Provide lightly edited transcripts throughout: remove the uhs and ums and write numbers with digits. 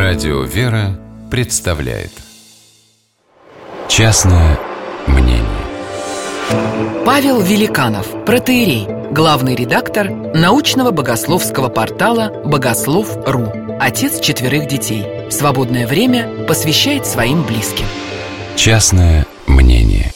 Радио «Вера» представляет «Частное мнение». Павел Великанов, протоиерей, главный редактор научного богословского портала «Богослов.ру», отец 4 детей. Свободное время посвящает своим близким. Частное мнение.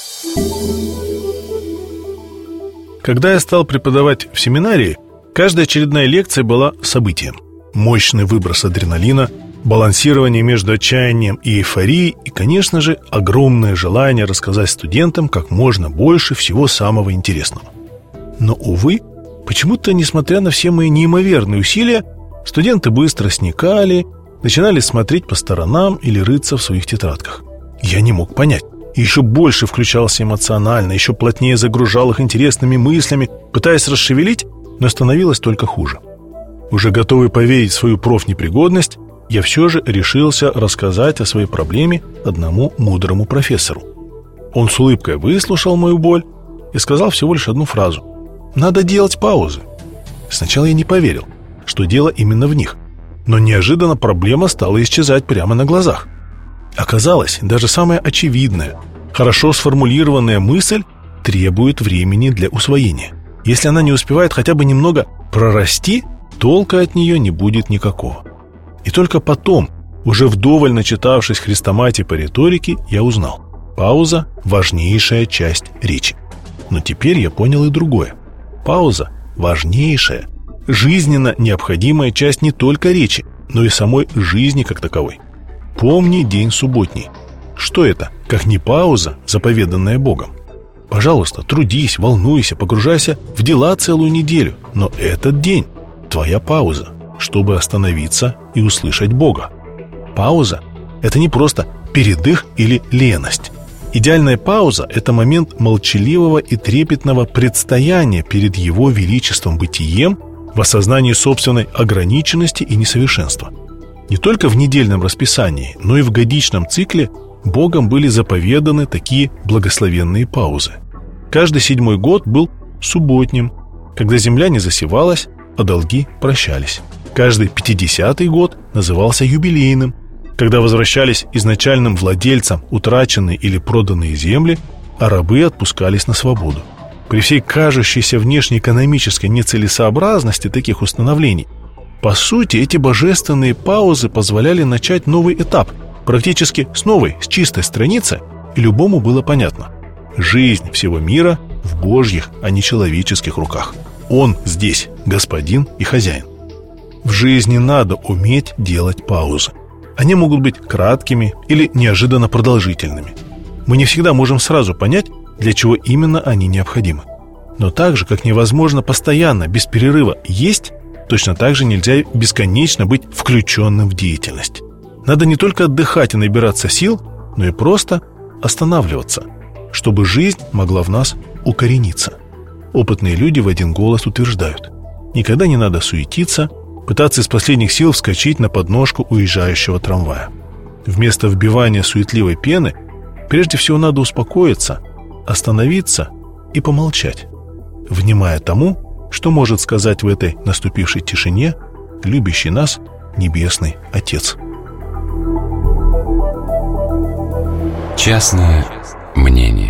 Когда я стал преподавать в семинарии, каждая очередная лекция была событием. Мощный выброс адреналина, балансирование между отчаянием и эйфорией и, конечно же, огромное желание рассказать студентам как можно больше всего самого интересного. Но, увы, почему-то, несмотря на все мои неимоверные усилия, студенты быстро сникали, начинали смотреть по сторонам или рыться в своих тетрадках. Я не мог понять. Еще больше включался эмоционально, еще плотнее загружал их интересными мыслями, пытаясь расшевелить, но становилось только хуже. Уже готовый поверить в свою профнепригодность, я все же решился рассказать о своей проблеме одному мудрому профессору. Он с улыбкой выслушал мою боль и сказал всего лишь одну фразу: «Надо делать паузы». Сначала я не поверил, что дело именно в них, но неожиданно проблема стала исчезать прямо на глазах. Оказалось, даже самая очевидная, хорошо сформулированная мысль требует времени для усвоения. Если она не успевает хотя бы немного прорасти, толка от нее не будет никакого. И только потом, уже вдоволь начитавшись хрестоматий по риторике, я узнал: пауза – важнейшая часть речи. Но теперь я понял и другое. Пауза – важнейшая, жизненно необходимая часть не только речи, но и самой жизни как таковой. Помни день субботний. Что это, как не пауза, заповеданная Богом? Пожалуйста, трудись, волнуйся, погружайся в дела целую неделю, но этот день – твоя пауза, чтобы остановиться и услышать Бога. Пауза – это не просто передых или леность. Идеальная пауза – это момент молчаливого и трепетного предстояния перед Его величеством бытием в осознании собственной ограниченности и несовершенства. Не только в недельном расписании, но и в годичном цикле Богом были заповеданы такие благословенные паузы. Каждый 7-й год был субботним, когда земля не засевалась, а долги прощались. Каждый 50-й год назывался юбилейным, когда возвращались изначальным владельцам утраченные или проданные земли, а рабы отпускались на свободу. При всей кажущейся внешнеэкономической нецелесообразности таких установлений, по сути, эти божественные паузы позволяли начать новый этап, практически с новой, с чистой страницы, и любому было понятно: жизнь всего мира в Божьих, а не человеческих руках. Он здесь господин и хозяин. В жизни надо уметь делать паузы. Они могут быть краткими или неожиданно продолжительными. Мы не всегда можем сразу понять, для чего именно они необходимы. Но так же, как невозможно постоянно, без перерыва есть, точно так же нельзя бесконечно быть включенным в деятельность. Надо не только отдыхать и набираться сил, но и просто останавливаться, чтобы жизнь могла в нас укорениться. Опытные люди в один голос утверждают: никогда не надо суетиться, пытаться из последних сил вскочить на подножку уезжающего трамвая. Вместо вбивания суетливой пены прежде всего надо успокоиться, остановиться и помолчать, внимая тому, что может сказать в этой наступившей тишине любящий нас Небесный Отец. Частное мнение.